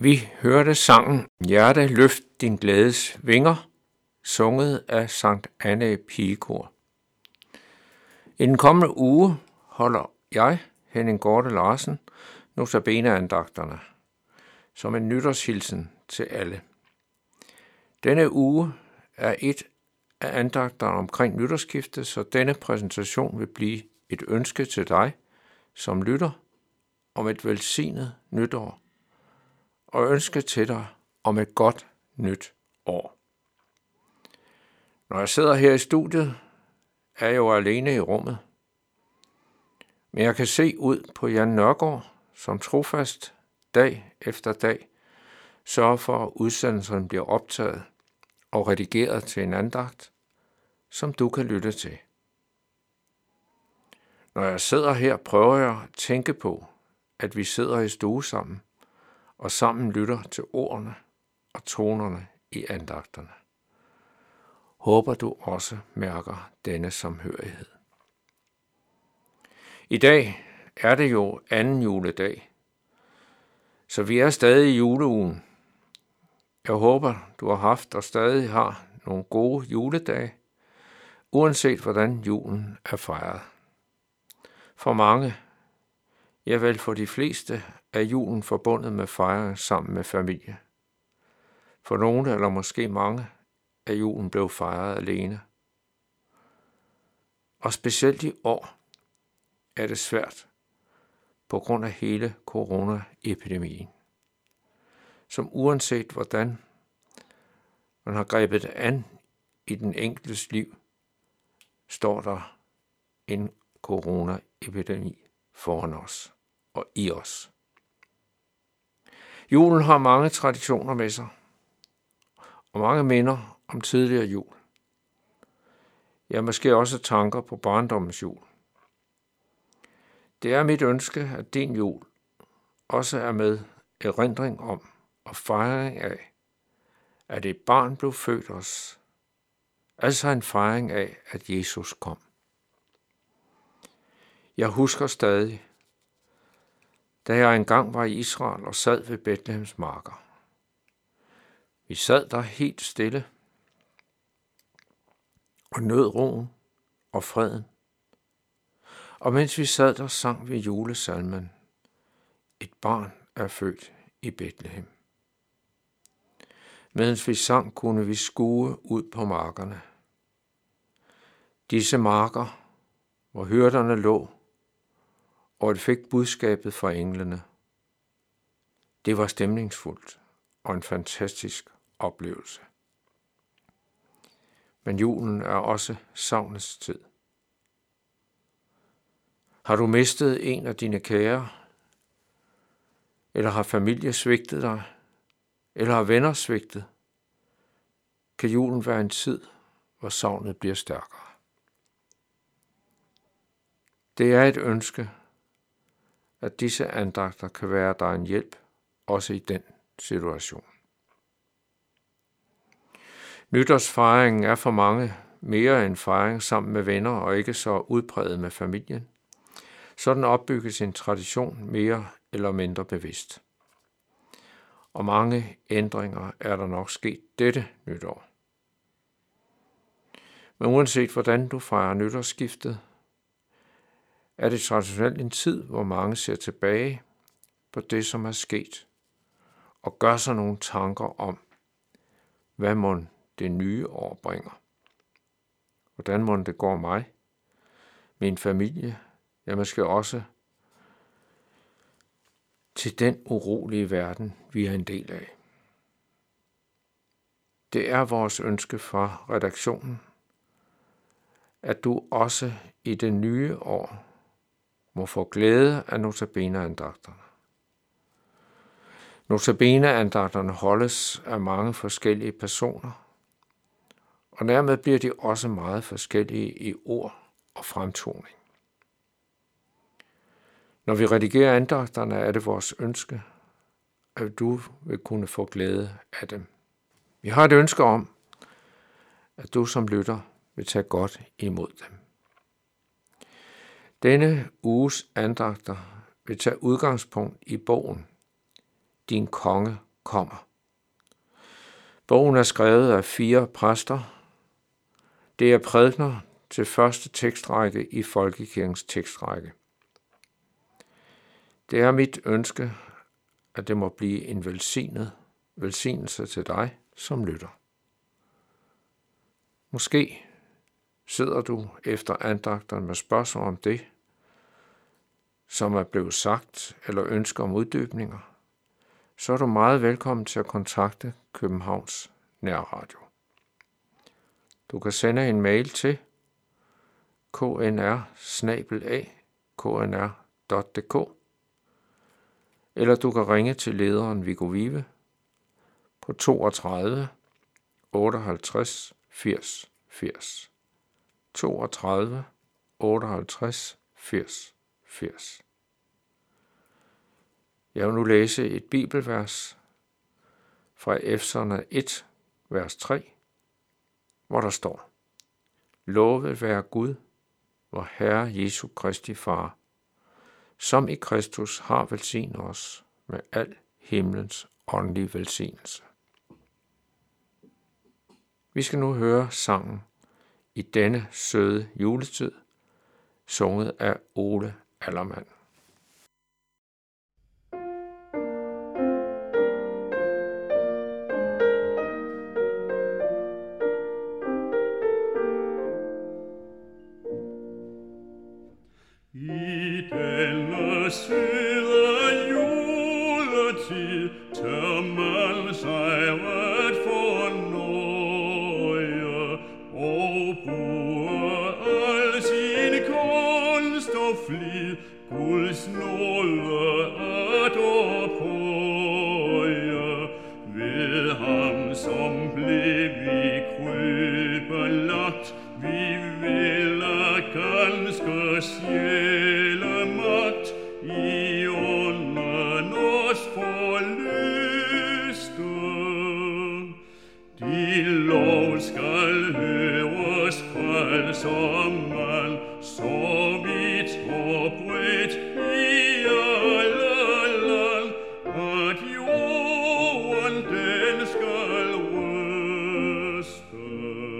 Vi hørte sangen Hjerte, løft din glædes vinger, sunget af Sankt Annæ Pigekor. I den kommende uge holder jeg, Henning Gorte Larsen, notabene-andagterne, som en nytårshilsen til alle. Denne uge er et af andagterne omkring nytårsskiftet, så denne præsentation vil blive et ønske til dig, som lytter, om et velsignet nytår, og ønske til dig om et godt nyt år. Når jeg sidder her i studiet, er jeg jo alene i rummet. Men jeg kan se ud på Jan Nørgaard, som trofast dag efter dag sørger for, at udsendelsen bliver optaget og redigeret til en andagt, som du kan lytte til. Når jeg sidder her, prøver jeg at tænke på, at vi sidder i stue sammen, og sammen lytter til ordene og tonerne i andagterne. Håber du også mærker denne samhørighed. I dag er det jo anden juledag, så vi er stadig i juleugen. Jeg håber, du har haft og stadig har nogle gode juledage, uanset hvordan julen er fejret. For mange, ja vel for de fleste, er julen forbundet med fejring sammen med familie. For nogle eller måske mange er julen blevet fejret alene. Og specielt i år er det svært på grund af hele coronaepidemien, som uanset hvordan man har grebet det an i den enkeltes liv, står der en coronaepidemi foran os og i os. Julen har mange traditioner med sig, og mange minder om tidligere jul. Ja, måske også tanker på barndommens jul. Det er mit ønske, at din jul også er med erindring om og fejring af, at et barn blev født os. Altså en fejring af, at Jesus kom. Jeg husker stadig, da jeg engang var i Israel og sad ved Betlehems marker. Vi sad der helt stille og nød roen og freden. Og mens vi sad der, sang vi julesalmen, Et barn er født i Betlehem. Mens vi sang, kunne vi skue ud på markerne. Disse marker, hvor hyrderne lå, og det fik budskabet fra englene. Det var stemningsfuldt og en fantastisk oplevelse. Men julen er også savnets tid. Har du mistet en af dine kære? Eller har familie svigtet dig? Eller har venner svigtet? Kan julen være en tid, hvor savnet bliver stærkere. Det er et ønske, at disse andagter kan være dig en hjælp, også i den situation. Nytårsfejringen er for mange mere en fejring sammen med venner og ikke så udpræget med familien. Sådan opbygges en tradition mere eller mindre bevidst. Og mange ændringer er der nok sket dette nytår. Men uanset hvordan du fejrer nytårsskiftet, er det traditionelt en tid, hvor mange ser tilbage på det, som er sket, og gør sig nogle tanker om, hvad mon det nye år bringer. Hvordan mon det går mig, min familie, ja måske også til den urolige verden, vi er en del af. Det er vores ønske fra redaktionen, at du også i det nye år må få glæde af notabene-andagterne. Notabene-andagterne holdes af mange forskellige personer, og dermed bliver de også meget forskellige i ord og fremtoning. Når vi redigerer andagterne, er det vores ønske, at du vil kunne få glæde af dem. Vi har et ønske om, at du som lytter vil tage godt imod dem. Denne uges andagter vil tage udgangspunkt i bogen Din konge kommer. Bogen er skrevet af 4 præster. Det er prædikener til første tekstrække i Folkekirkens tekstrække. Det er mit ønske, at det må blive en velsignelse til dig, som lytter. Måske sidder du efter andagterne med spørgsmål om det, som er blevet sagt, eller ønsker om uddybninger, så er du meget velkommen til at kontakte Københavns Nærradio. Du kan sende en mail til knr@knr.dk, eller du kan ringe til lederen Viggo Vive på 32 58 80 80. 32 58 80 80. Jeg vil nu læse et bibelvers fra Efeserne 1, vers 3, hvor der står: Lovet være Gud, vor Herre Jesu Kristi Far, som i Kristus har velsignet os med al himlens åndelige velsignelse. Vi skal nu høre sangen I denne søde juletid, sunget af Ole Allermann. I denne søde juletid tør man sig ret fornøje og bruge al sin kunst og flid Guds nåde at ophøje. Ved ham, som blev i krybbe lagt, vi vil ganske sjælemagt i ånden os forlyste. De lov skal høres frelsermand, så vidt opredt i alle land, at jorden den skal ryste.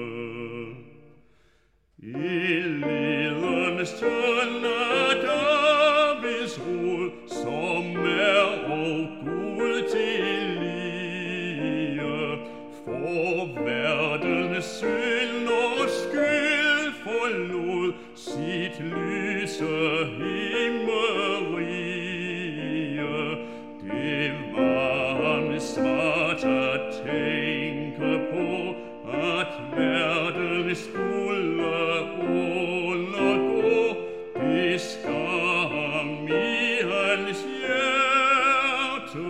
I lidens tønde Davids rod, som er og Gud til lige, for verdens synd og skyld forlod sit lyse himmerige. Det var ham smart at tænke på, at verden skulle undergå. Det skar ham i hans hjerte.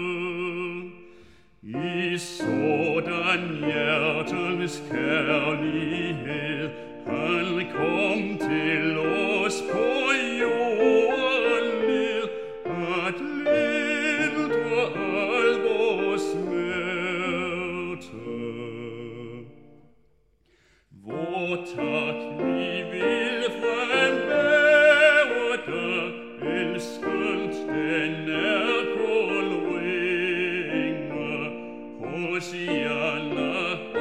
I sådan hjertens kærlighed han kom til os på jorden ned, at lindre al vores smerte. Hvor tak vi vil fremhæve dig, elskens den er kun ringe, Hosianna